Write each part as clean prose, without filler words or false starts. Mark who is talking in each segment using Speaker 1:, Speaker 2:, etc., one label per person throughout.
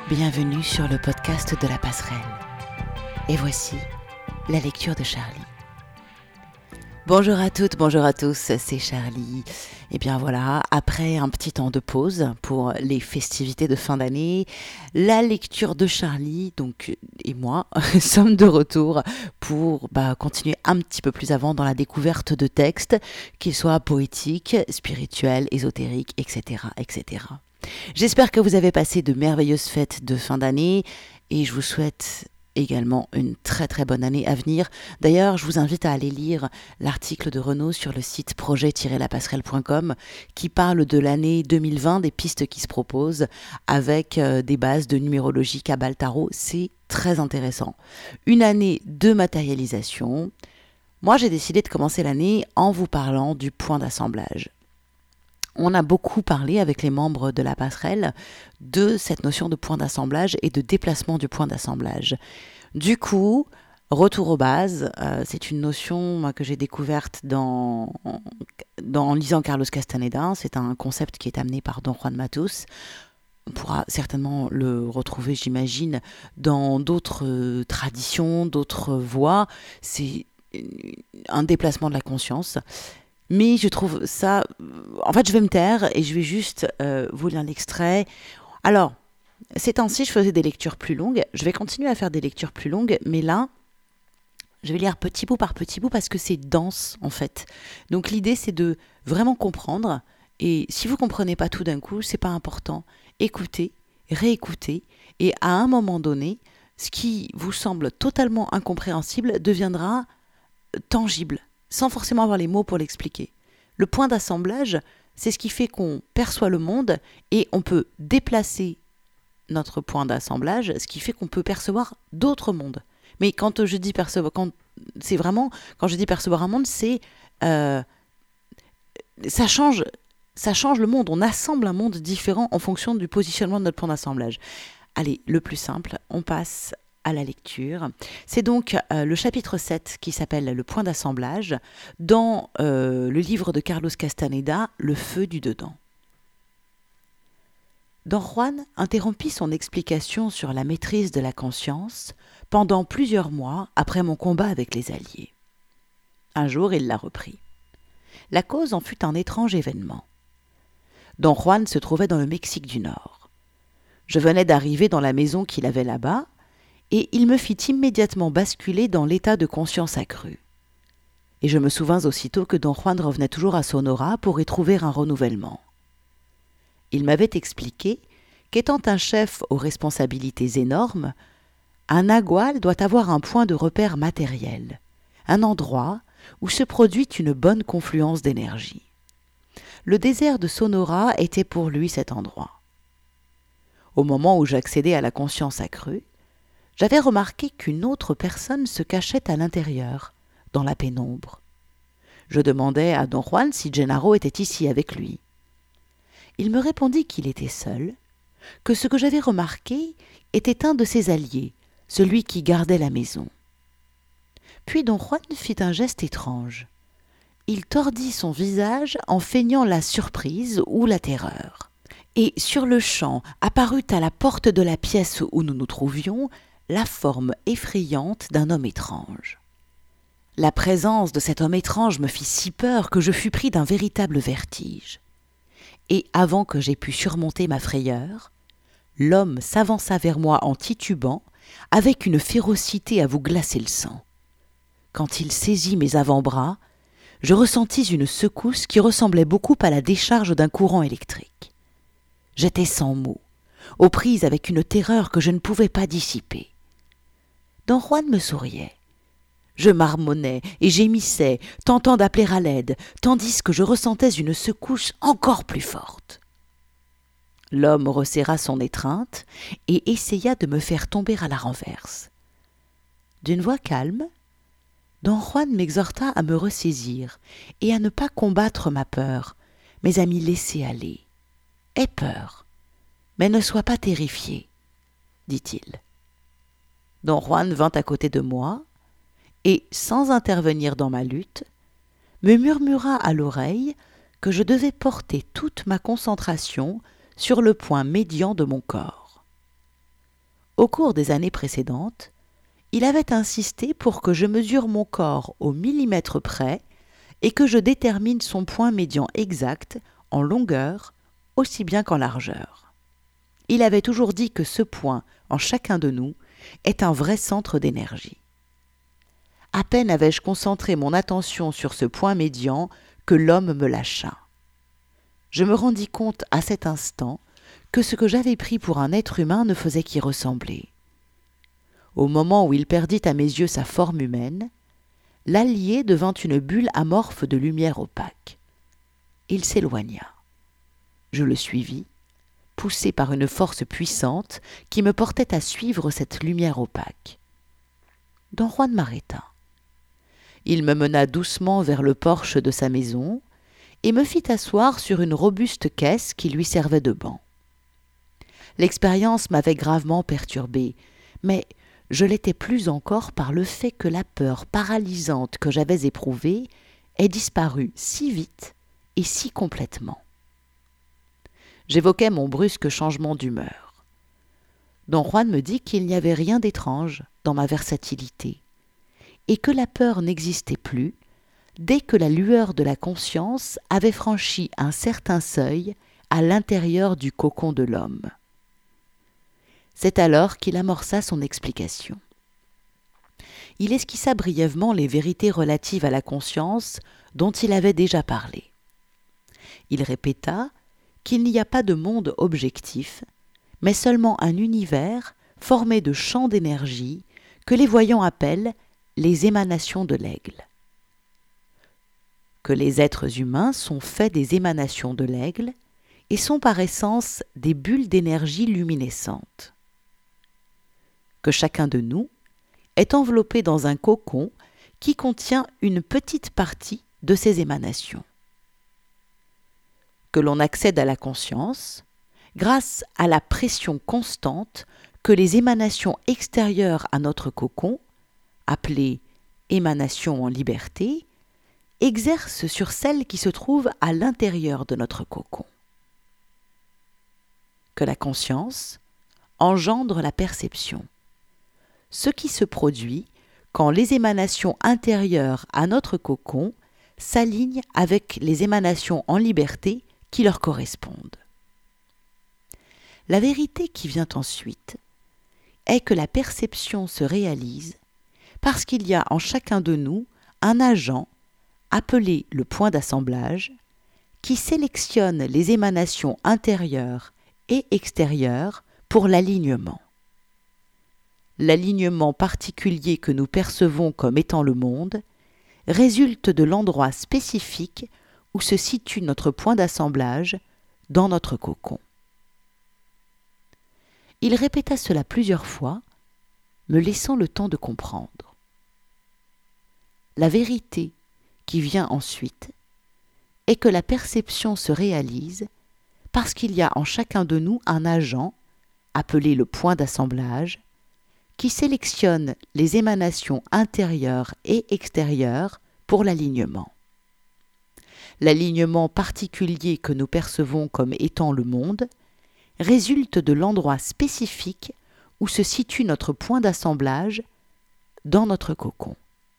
Speaker 1: Bienvenue sur le podcast de la passerelle. Et voici la lecture de Charlie. Bonjour à toutes, bonjour à tous, c'est Charlie. Et bien voilà, après un petit temps de pause pour les festivités de fin d'année, la lecture de Charlie, donc et moi, sommes de retour pour continuer un petit peu plus avant dans la découverte de textes, qu'ils soient poétiques, spirituels, ésotériques, etc., etc. J'espère que vous avez passé de merveilleuses fêtes de fin d'année et je vous souhaite également une très très bonne année à venir. D'ailleurs, je vous invite à aller lire l'article de Renaud sur le site projet-lapasserelle.com qui parle de l'année 2020, des pistes qui se proposent avec des bases de numérologie Kabbale Tarot. C'est très intéressant. Une année de matérialisation. Moi, j'ai décidé de commencer l'année en vous parlant du point d'assemblage. On a beaucoup parlé avec les membres de la passerelle de cette notion de point d'assemblage et de déplacement du point d'assemblage. Du coup, retour aux bases, c'est une notion que j'ai découverte en lisant Carlos Castaneda. C'est un concept qui est amené par Don Juan Matus. On pourra certainement le retrouver, j'imagine, dans d'autres traditions, d'autres voies. C'est un déplacement de la conscience. Mais je trouve ça... En fait, je vais me taire et je vais juste vous lire l'extrait. Alors, ces temps-ci, je faisais des lectures plus longues. Je vais continuer à faire des lectures plus longues, mais là, je vais lire petit bout par petit bout parce que c'est dense, en fait. Donc, l'idée, c'est de vraiment comprendre. Et si vous ne comprenez pas tout d'un coup, c'est pas important. Écoutez, réécoutez. Et à un moment donné, ce qui vous semble totalement incompréhensible deviendra tangible, sans forcément avoir les mots pour l'expliquer. Le point d'assemblage, c'est ce qui fait qu'on perçoit le monde et on peut déplacer notre point d'assemblage, ce qui fait qu'on peut percevoir d'autres mondes. Mais quand je dis percevoir, quand je dis percevoir un monde, c'est ça change le monde. On assemble un monde différent en fonction du positionnement de notre point d'assemblage. Allez, le plus simple, on passe à la lecture. C'est donc le chapitre 7 qui s'appelle « Le point d'assemblage » dans le livre de Carlos Castaneda, « Le feu du dedans ». Don Juan interrompit son explication sur la maîtrise de la conscience pendant plusieurs mois après mon combat avec les Alliés. Un jour, il la reprit. La cause en fut un étrange événement. Don Juan se trouvait dans le Mexique du Nord. Je venais d'arriver dans la maison qu'il avait là-bas, et il me fit immédiatement basculer dans l'état de conscience accrue. Et je me souvins aussitôt que Don Juan revenait toujours à Sonora pour y trouver un renouvellement. Il m'avait expliqué qu'étant un chef aux responsabilités énormes, un nagual doit avoir un point de repère matériel, un endroit où se produit une bonne confluence d'énergie. Le désert de Sonora était pour lui cet endroit. Au moment où j'accédais à la conscience accrue, j'avais remarqué qu'une autre personne se cachait à l'intérieur, dans la pénombre. Je demandai à Don Juan si Gennaro était ici avec lui. Il me répondit qu'il était seul, que ce que j'avais remarqué était un de ses alliés, celui qui gardait la maison. Puis Don Juan fit un geste étrange. Il tordit son visage en feignant la surprise ou la terreur. Et sur le champ apparut à la porte de la pièce où nous nous trouvions la forme effrayante d'un homme étrange. La présence de cet homme étrange me fit si peur que je fus pris d'un véritable vertige. Et avant que j'aie pu surmonter ma frayeur, l'homme s'avança vers moi en titubant, avec une férocité à vous glacer le sang. Quand il saisit mes avant-bras, je ressentis une secousse qui ressemblait beaucoup à la décharge d'un courant électrique. J'étais sans mots, aux prises avec une terreur que je ne pouvais pas dissiper. Don Juan me souriait. Je marmonnais et gémissais, tentant d'appeler à l'aide, tandis que je ressentais une secousse encore plus forte. L'homme resserra son étreinte et essaya de me faire tomber à la renverse. D'une voix calme, Don Juan m'exhorta à me ressaisir et à ne pas combattre ma peur, mais à m'y laisser aller. « Aie peur, mais ne sois pas terrifié, » dit-il. Don Juan vint à côté de moi et, sans intervenir dans ma lutte, me murmura à l'oreille que je devais porter toute ma concentration sur le point médian de mon corps. Au cours des années précédentes, il avait insisté pour que je mesure mon corps au millimètre près et que je détermine son point médian exact en longueur aussi bien qu'en largeur. Il avait toujours dit que ce point, en chacun de nous, est un vrai centre d'énergie. À peine avais-je concentré mon attention sur ce point médian que l'homme me lâcha. Je me rendis compte à cet instant que ce que j'avais pris pour un être humain ne faisait qu'y ressembler. Au moment où il perdit à mes yeux sa forme humaine, l'allié devint une bulle amorphe de lumière opaque. Il s'éloigna. Je le suivis, poussé par une force puissante qui me portait à suivre cette lumière opaque. Don Juan m'arrêta. Il me mena doucement vers le porche de sa maison et me fit asseoir sur une robuste caisse qui lui servait de banc. L'expérience m'avait gravement perturbé, mais je l'étais plus encore par le fait que la peur paralysante que j'avais éprouvée ait disparu si vite et si complètement. J'évoquai mon brusque changement d'humeur. Don Juan me dit qu'il n'y avait rien d'étrange dans ma versatilité, et que la peur n'existait plus dès que la lueur de la conscience avait franchi un certain seuil à l'intérieur du cocon de l'homme. C'est alors qu'il amorça son explication. Il esquissa brièvement les vérités relatives à la conscience dont il avait déjà parlé. Il répéta qu'il n'y a pas de monde objectif, mais seulement un univers formé de champs d'énergie que les voyants appellent les émanations de l'aigle. Que les êtres humains sont faits des émanations de l'aigle et sont par essence des bulles d'énergie luminescentes. Que chacun de nous est enveloppé dans un cocon qui contient une petite partie de ces émanations. Que l'on accède à la conscience grâce à la pression constante que les émanations extérieures à notre cocon, appelées émanations en liberté, exercent sur celles qui se trouvent à l'intérieur de notre cocon. Que la conscience engendre la perception, ce qui se produit quand les émanations intérieures à notre cocon s'alignent avec les émanations en liberté qui leur correspondent. La vérité qui vient ensuite est que la perception se réalise parce qu'il y a en chacun de nous un agent appelé le point d'assemblage qui sélectionne les émanations intérieures et extérieures pour l'alignement. L'alignement particulier que nous percevons comme étant le monde résulte de l'endroit spécifique où se situe notre point d'assemblage dans notre cocon. Il répéta cela plusieurs fois, me laissant le temps de comprendre. La vérité qui vient ensuite est que la perception se réalise parce qu'il y a en chacun de nous un agent, appelé le point d'assemblage, qui sélectionne les émanations intérieures et extérieures pour l'alignement. L'alignement particulier que nous percevons comme étant le monde résulte de l'endroit spécifique où se situe notre point d'assemblage dans notre cocon.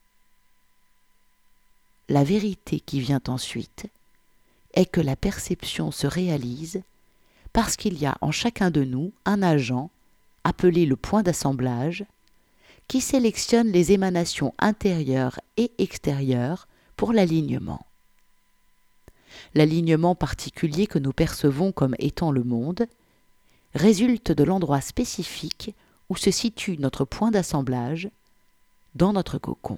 Speaker 1: La vérité qui vient ensuite est que la perception se réalise parce qu'il y a en chacun de nous un agent, appelé le point d'assemblage, qui sélectionne les émanations intérieures et extérieures pour l'alignement. L'alignement particulier que nous percevons comme étant le monde résulte de l'endroit spécifique où se situe notre point d'assemblage dans notre cocon.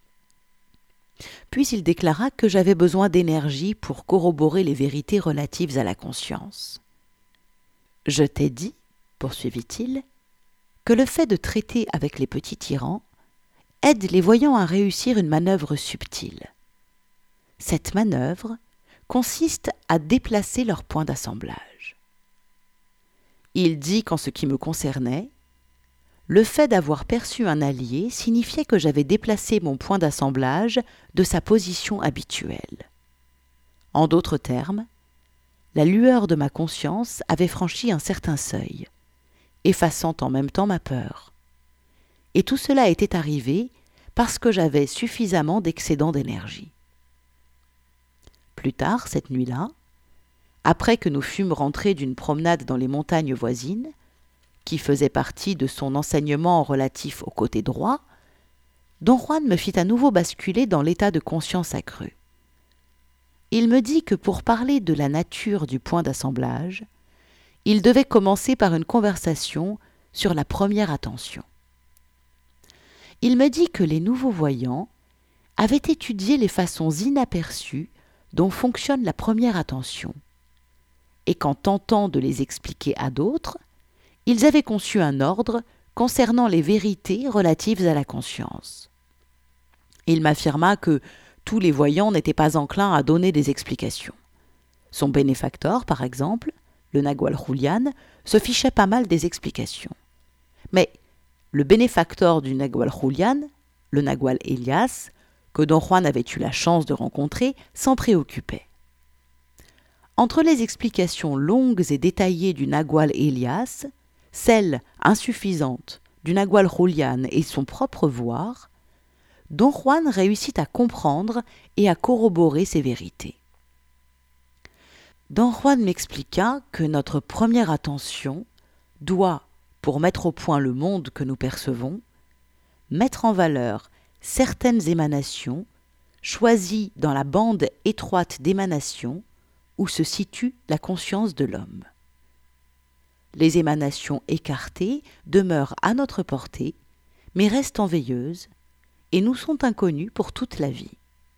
Speaker 1: Puis il déclara que j'avais besoin d'énergie pour corroborer les vérités relatives à la conscience. « Je t'ai dit, poursuivit-il, que le fait de traiter avec les petits tyrans aide les voyants à réussir une manœuvre subtile. Cette manœuvre consiste à déplacer leur point d'assemblage. Il dit qu'en ce qui me concernait, le fait d'avoir perçu un allié signifiait que j'avais déplacé mon point d'assemblage de sa position habituelle. En d'autres termes, la lueur de ma conscience avait franchi un certain seuil, effaçant en même temps ma peur. Et tout cela était arrivé parce que j'avais suffisamment d'excédent d'énergie. Plus tard, cette nuit-là, après que nous fûmes rentrés d'une promenade dans les montagnes voisines, qui faisait partie de son enseignement relatif au côté droit, Don Juan me fit à nouveau basculer dans l'état de conscience accru. Il me dit que pour parler de la nature du point d'assemblage, il devait commencer par une conversation sur la première attention. Il me dit que les nouveaux voyants avaient étudié les façons inaperçues dont fonctionne la première attention, et qu'en tentant de les expliquer à d'autres, ils avaient conçu un ordre concernant les vérités relatives à la conscience. Il m'affirma que tous les voyants n'étaient pas enclins à donner des explications. Son bénéfacteur, par exemple, le Nagual Julián, se fichait pas mal des explications. Mais le bénéfacteur du Nagual Julián, le Nagual Elias, que Don Juan avait eu la chance de rencontrer, s'en préoccupait. Entre les explications longues et détaillées du Nagual Elias, celles insuffisantes du Nagual Julián et son propre voir, Don Juan réussit à comprendre et à corroborer ces vérités. Don Juan m'expliqua que notre première attention doit, pour mettre au point le monde que nous percevons, mettre en valeur certaines émanations choisies dans la bande étroite d'émanations où se situe la conscience de l'homme. Les émanations écartées demeurent à notre portée, mais restent en veilleuse et nous sont inconnues pour toute la vie.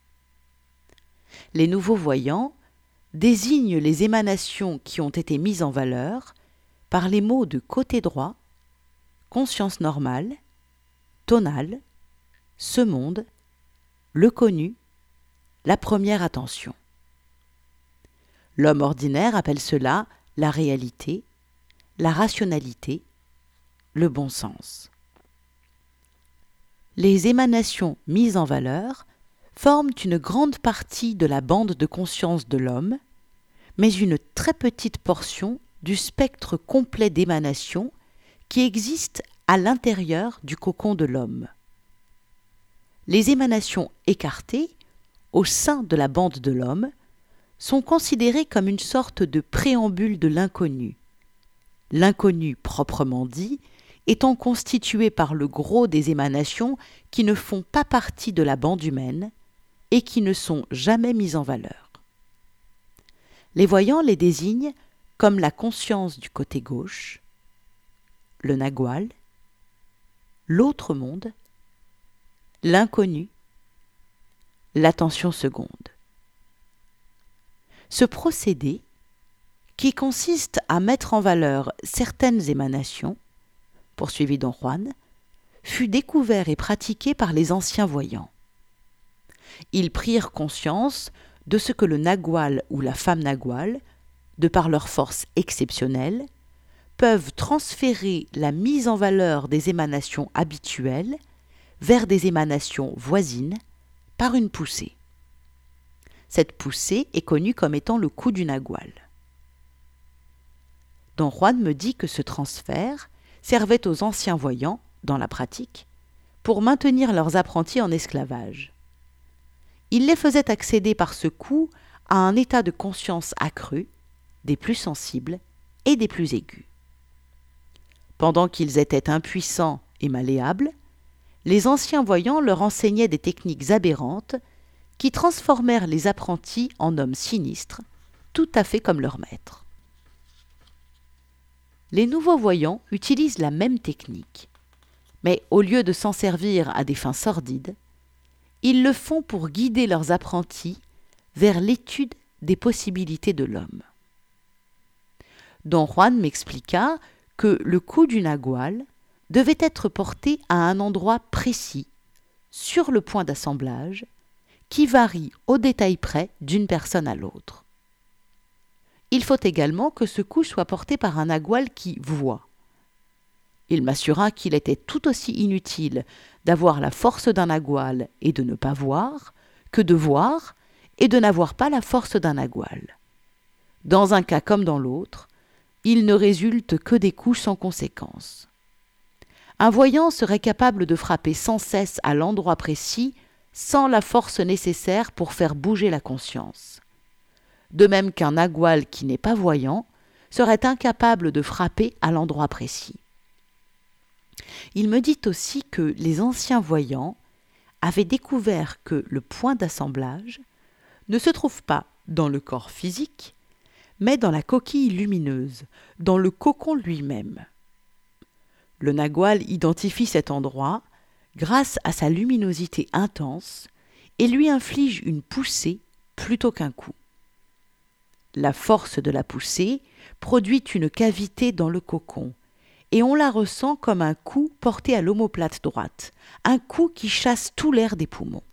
Speaker 1: Les nouveaux voyants désignent les émanations qui ont été mises en valeur par les mots de côté droit, conscience normale, tonale, ce monde, le connu, la première attention. L'homme ordinaire appelle cela la réalité, la rationalité, le bon sens. Les émanations mises en valeur forment une grande partie de la bande de conscience de l'homme, mais une très petite portion du spectre complet d'émanations qui existe à l'intérieur du cocon de l'homme. Les émanations écartées, au sein de la bande de l'homme, sont considérées comme une sorte de préambule de l'inconnu. L'inconnu proprement dit étant constitué par le gros des émanations qui ne font pas partie de la bande humaine et qui ne sont jamais mises en valeur. Les voyants les désignent comme la conscience du côté gauche, le Nagual, l'autre monde, l'inconnu, l'attention seconde. Ce procédé, qui consiste à mettre en valeur certaines émanations, poursuivit Don Juan, fut découvert et pratiqué par les anciens voyants. Ils prirent conscience de ce que le Nagual ou la femme Nagual, de par leur force exceptionnelle, peuvent transférer la mise en valeur des émanations habituelles vers des émanations voisines par une poussée. Cette poussée est connue comme étant le coup du Nagual. Don Juan me dit que ce transfert servait aux anciens voyants, dans la pratique, pour maintenir leurs apprentis en esclavage. Il les faisait accéder par ce coup à un état de conscience accru, des plus sensibles et des plus aigus. Pendant qu'ils étaient impuissants et malléables, les anciens voyants leur enseignaient des techniques aberrantes qui transformèrent les apprentis en hommes sinistres, tout à fait comme leur maître. Les nouveaux voyants utilisent la même technique, mais au lieu de s'en servir à des fins sordides, ils le font pour guider leurs apprentis vers l'étude des possibilités de l'homme. Don Juan m'expliqua que le coup du Nagual devait être porté à un endroit précis, sur le point d'assemblage, qui varie au détail près d'une personne à l'autre. Il faut également que ce coup soit porté par un Nagual qui voit. Il m'assura qu'il était tout aussi inutile d'avoir la force d'un Nagual et de ne pas voir, que de voir et de n'avoir pas la force d'un Nagual. Dans un cas comme dans l'autre, il ne résulte que des coups sans conséquence. Un voyant serait capable de frapper sans cesse à l'endroit précis sans la force nécessaire pour faire bouger la conscience. De même qu'un nagual qui n'est pas voyant serait incapable de frapper à l'endroit précis. Il me dit aussi que les anciens voyants avaient découvert que le point d'assemblage ne se trouve pas dans le corps physique, mais dans la coquille lumineuse, dans le cocon lui-même. Le nagual identifie cet endroit grâce à sa luminosité intense et lui inflige une poussée plutôt qu'un coup. La force de la poussée produit une cavité dans le cocon et on la ressent comme un coup porté à l'omoplate droite, un coup qui chasse tout l'air des poumons.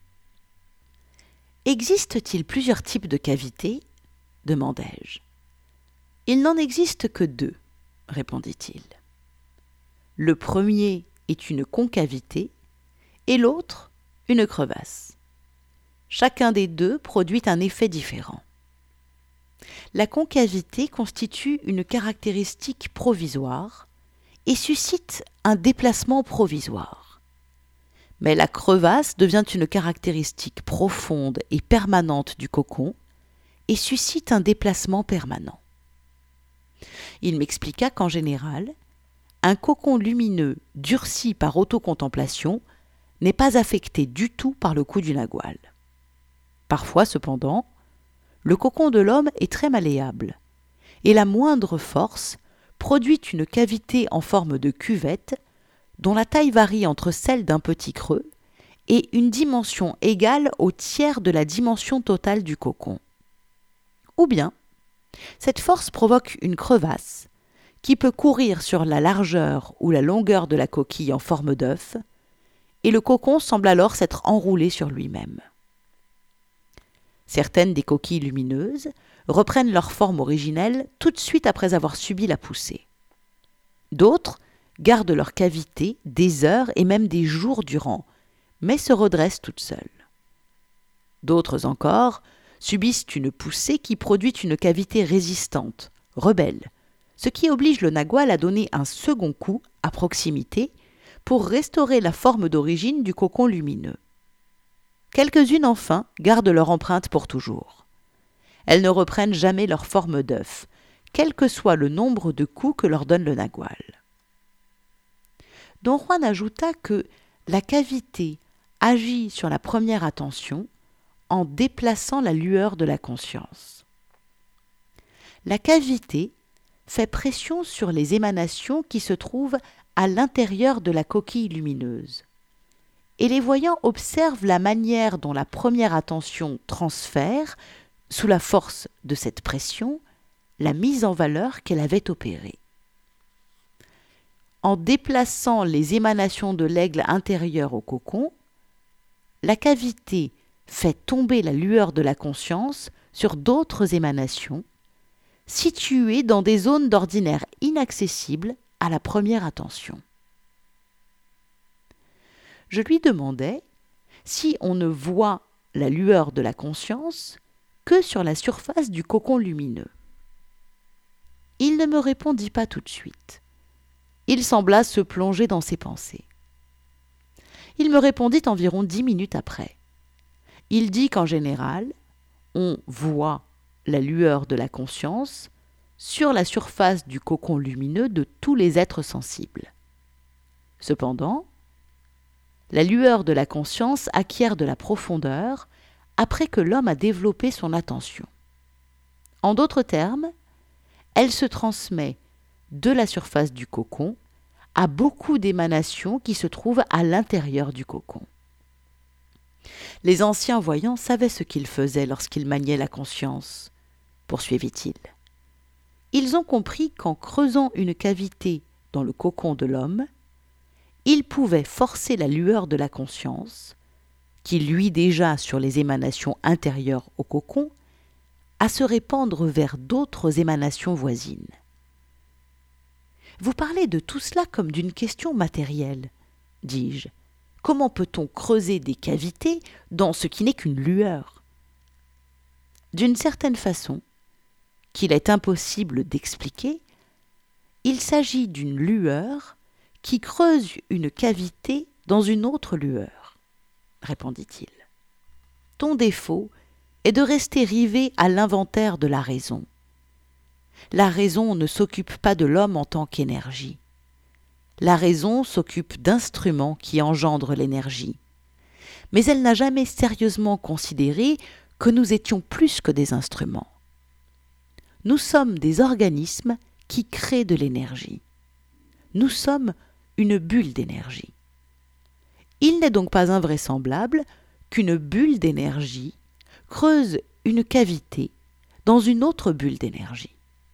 Speaker 1: Existe-t-il plusieurs types de cavités ? Demandai-je. Il n'en existe que 2, répondit-il. Le premier est une concavité et l'autre une crevasse. Chacun des 2 produit un effet différent. La concavité constitue une caractéristique provisoire et suscite un déplacement provisoire. Mais la crevasse devient une caractéristique profonde et permanente du cocon et suscite un déplacement permanent. Il m'expliqua qu'en général, un cocon lumineux durci par autocontemplation n'est pas affecté du tout par le coup du nagual. Parfois, cependant, le cocon de l'homme est très malléable, et la moindre force produit une cavité en forme de cuvette dont la taille varie entre celle d'un petit creux et une dimension égale au tiers de la dimension totale du cocon. Ou bien, cette force provoque une crevasse qui peut courir sur la largeur ou la longueur de la coquille en forme d'œuf, et le cocon semble alors s'être enroulé sur lui-même. Certaines des coquilles lumineuses reprennent leur forme originelle tout de suite après avoir subi la poussée. D'autres gardent leur cavité des heures et même des jours durant, mais se redressent toutes seules. D'autres encore subissent une poussée qui produit une cavité résistante, rebelle, ce qui oblige le nagual à donner un second coup à proximité pour restaurer la forme d'origine du cocon lumineux. Quelques-unes enfin gardent leur empreinte pour toujours. Elles ne reprennent jamais leur forme d'œuf, quel que soit le nombre de coups que leur donne le nagual. Don Juan ajouta que la cavité agit sur la première attention en déplaçant la lueur de la conscience. La cavité fait pression sur les émanations qui se trouvent à l'intérieur de la coquille lumineuse. Et les voyants observent la manière dont la première attention transfère, sous la force de cette pression, la mise en valeur qu'elle avait opérée. En déplaçant les émanations de l'aigle intérieur au cocon, la cavité fait tomber la lueur de la conscience sur d'autres émanations, situées dans des zones d'ordinaire inaccessibles à la première attention. Je lui demandai si on ne voit la lueur de la conscience que sur la surface du cocon lumineux. Il ne me répondit pas tout de suite. Il sembla se plonger dans ses pensées. Il me répondit environ 10 minutes après. Il dit qu'en général, on voit la lueur de la conscience sur la surface du cocon lumineux de tous les êtres sensibles. Cependant, la lueur de la conscience acquiert de la profondeur après que l'homme a développé son attention. En d'autres termes, elle se transmet de la surface du cocon à beaucoup d'émanations qui se trouvent à l'intérieur du cocon. Les anciens voyants savaient ce qu'ils faisaient lorsqu'ils maniaient la conscience, poursuivit-il. Ils ont compris qu'en creusant une cavité dans le cocon de l'homme, ils pouvaient forcer la lueur de la conscience, qui luit déjà sur les émanations intérieures au cocon, à se répandre vers d'autres émanations voisines. Vous parlez de tout cela comme d'une question matérielle, dis-je. Comment peut-on creuser des cavités dans ce qui n'est qu'une lueur ? D'une certaine façon, qu'il est impossible d'expliquer, Il s'agit d'une lueur qui creuse une cavité dans une autre lueur, répondit-il. Ton défaut est de rester rivé à l'inventaire de la raison. La raison ne s'occupe pas de l'homme en tant qu'énergie. La raison s'occupe d'instruments qui engendrent l'énergie. Mais elle n'a jamais sérieusement considéré que nous étions plus que des instruments. Nous sommes des organismes qui créent de l'énergie. Nous sommes une bulle d'énergie. Il n'est donc pas invraisemblable qu'une bulle d'énergie creuse une cavité dans une autre bulle d'énergie.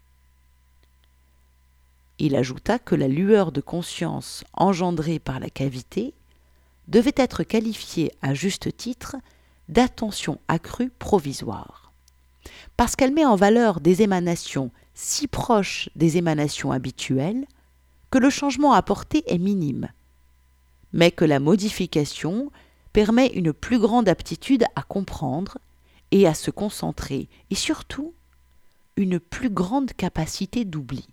Speaker 1: Il ajouta que la lueur de conscience engendrée par la cavité devait être qualifiée à juste titre d'attention accrue provisoire, parce qu'elle met en valeur des émanations si proches des émanations habituelles que le changement apporté est minime, mais que la modification permet une plus grande aptitude à comprendre et à se concentrer, et surtout une plus grande capacité d'oubli.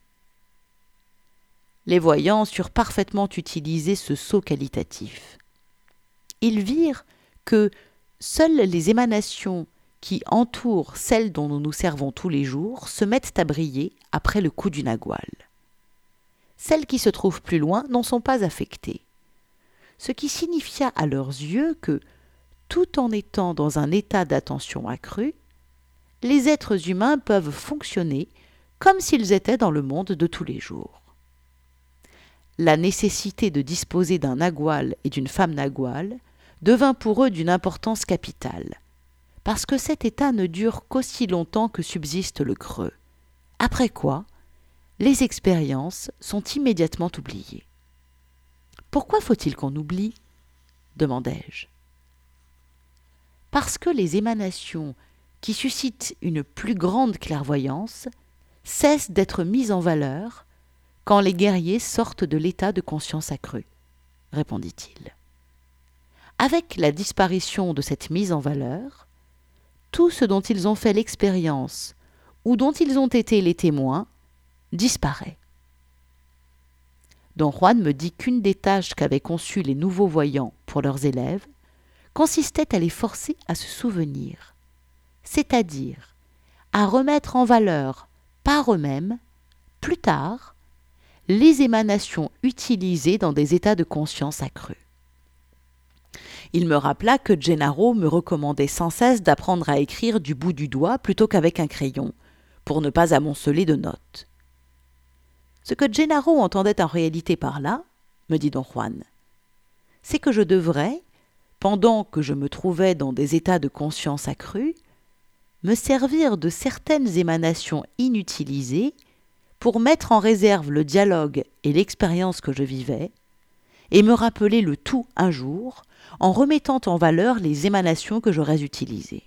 Speaker 1: Les voyants surent parfaitement utiliser ce saut qualitatif. Ils virent que seules les émanations qui entourent celles dont nous nous servons tous les jours se mettent à briller après le coup du nagual. Celles qui se trouvent plus loin n'en sont pas affectées, ce qui signifia à leurs yeux que, tout en étant dans un état d'attention accrue, les êtres humains peuvent fonctionner comme s'ils étaient dans le monde de tous les jours. La nécessité de disposer d'un nagual et d'une femme nagual devint pour eux d'une importance capitale, parce que cet état ne dure qu'aussi longtemps que subsiste le creux, après quoi les expériences sont immédiatement oubliées. « Pourquoi faut-il qu'on oublie ?» demandai-je. « Parce que les émanations qui suscitent une plus grande clairvoyance cessent d'être mises en valeur quand les guerriers sortent de l'état de conscience accrue, répondit-il. Avec la disparition de cette mise en valeur, tout ce dont ils ont fait l'expérience ou dont ils ont été les témoins disparaît. Don Juan me dit qu'une des tâches qu'avaient conçues les nouveaux voyants pour leurs élèves consistait à les forcer à se souvenir, c'est-à-dire à remettre en valeur par eux-mêmes, plus tard, les émanations utilisées dans des états de conscience accrus. Il me rappela que Gennaro me recommandait sans cesse d'apprendre à écrire du bout du doigt plutôt qu'avec un crayon, pour ne pas amonceler de notes. Ce que Gennaro entendait en réalité par là, me dit Don Juan, c'est que je devrais, pendant que je me trouvais dans des états de conscience accrus, me servir de certaines émanations inutilisées pour mettre en réserve le dialogue et l'expérience que je vivais, et me rappeler le tout un jour en remettant en valeur les émanations que j'aurais utilisées.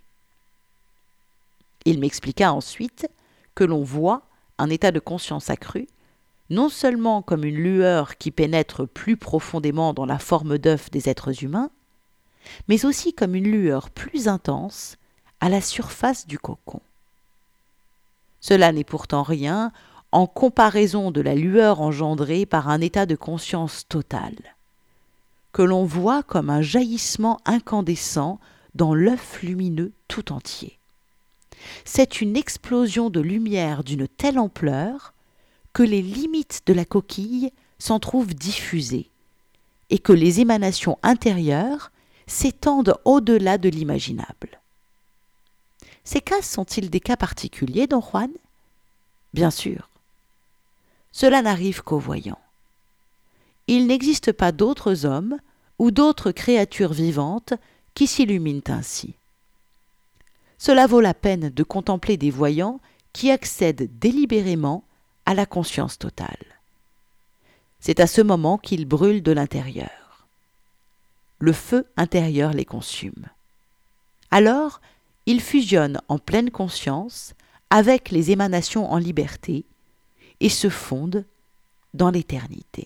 Speaker 1: Il m'expliqua ensuite que l'on voit un état de conscience accru, non seulement comme une lueur qui pénètre plus profondément dans la forme d'œuf des êtres humains, mais aussi comme une lueur plus intense à la surface du cocon. Cela n'est pourtant rien en comparaison de la lueur engendrée par un état de conscience total, que l'on voit comme un jaillissement incandescent dans l'œuf lumineux tout entier. C'est une explosion de lumière d'une telle ampleur que les limites de la coquille s'en trouvent diffusées et que les émanations intérieures s'étendent au-delà de l'imaginable. Ces cas sont-ils des cas particuliers, Don Juan ? Bien sûr. Cela n'arrive qu'aux voyants. Il n'existe pas d'autres hommes ou d'autres créatures vivantes qui s'illuminent ainsi. Cela vaut la peine de contempler des voyants qui accèdent délibérément à la conscience totale. C'est à ce moment qu'ils brûlent de l'intérieur. Le feu intérieur les consume. Alors, ils fusionnent en pleine conscience avec les émanations en liberté et se fondent dans l'éternité.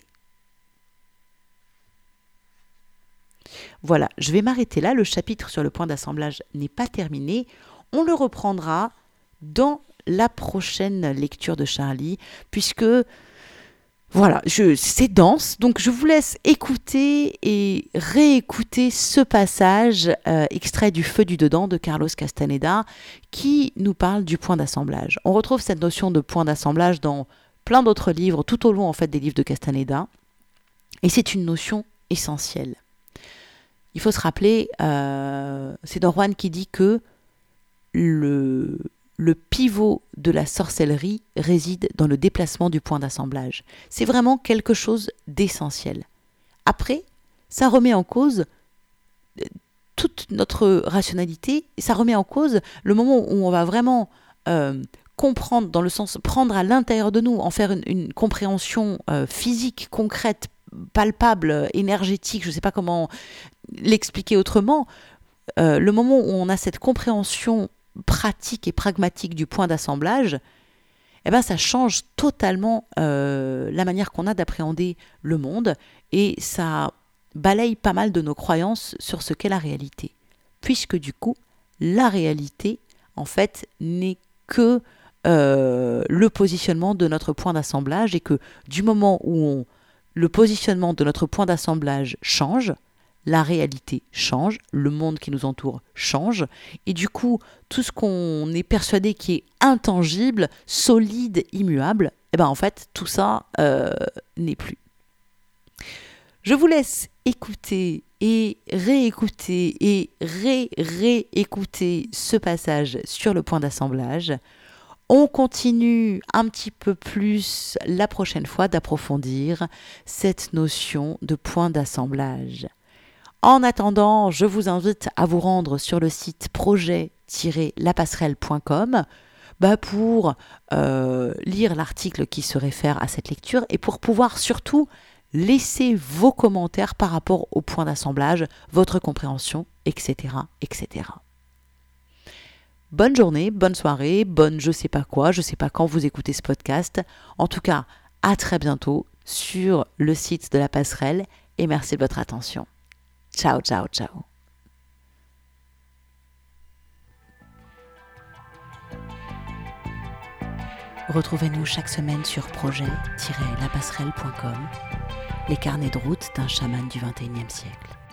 Speaker 1: Voilà, je vais m'arrêter là. Le chapitre sur le point d'assemblage n'est pas terminé. On le reprendra dans la prochaine lecture de Charlie, puisque Voilà, c'est dense, donc je vous laisse écouter et réécouter ce passage extrait du Feu du dedans de Carlos Castaneda qui nous parle du point d'assemblage. On retrouve cette notion de point d'assemblage dans plein d'autres livres, tout au long en fait des livres de Castaneda, et c'est une notion essentielle. Il faut se rappeler, c'est Don Juan qui dit que le pivot de la sorcellerie réside dans le déplacement du point d'assemblage. C'est vraiment quelque chose d'essentiel. Après, ça remet en cause toute notre rationalité, ça remet en cause le moment où on va vraiment comprendre, dans le sens prendre à l'intérieur de nous, en faire une compréhension physique, concrète, palpable, énergétique, je ne sais pas comment l'expliquer autrement, le moment où on a cette compréhension pratique et pragmatique du point d'assemblage, eh ben ça change totalement la manière qu'on a d'appréhender le monde et ça balaye pas mal de nos croyances sur ce qu'est la réalité. Puisque du coup, la réalité, en fait, n'est que le positionnement de notre point d'assemblage et que du moment où le positionnement de notre point d'assemblage change, la réalité change, le monde qui nous entoure change, et du coup, tout ce qu'on est persuadé qui est intangible, solide, immuable, eh ben en fait, tout ça n'est plus. Je vous laisse écouter et réécouter et réécouter ce passage sur le point d'assemblage. On continue un petit peu plus la prochaine fois d'approfondir cette notion de point d'assemblage. En attendant, je vous invite à vous rendre sur le site projet-lapasserelle.com pour lire l'article qui se réfère à cette lecture et pour pouvoir surtout laisser vos commentaires par rapport au point d'assemblage, votre compréhension, etc., etc. Bonne journée, bonne soirée, bonne je sais pas quoi, je sais pas quand vous écoutez ce podcast. En tout cas, à très bientôt sur le site de La Passerelle et merci de votre attention. Ciao, ciao, ciao. Retrouvez-nous chaque semaine sur projet-lapasserelle.com, les carnets de route d'un chaman du XXIe siècle.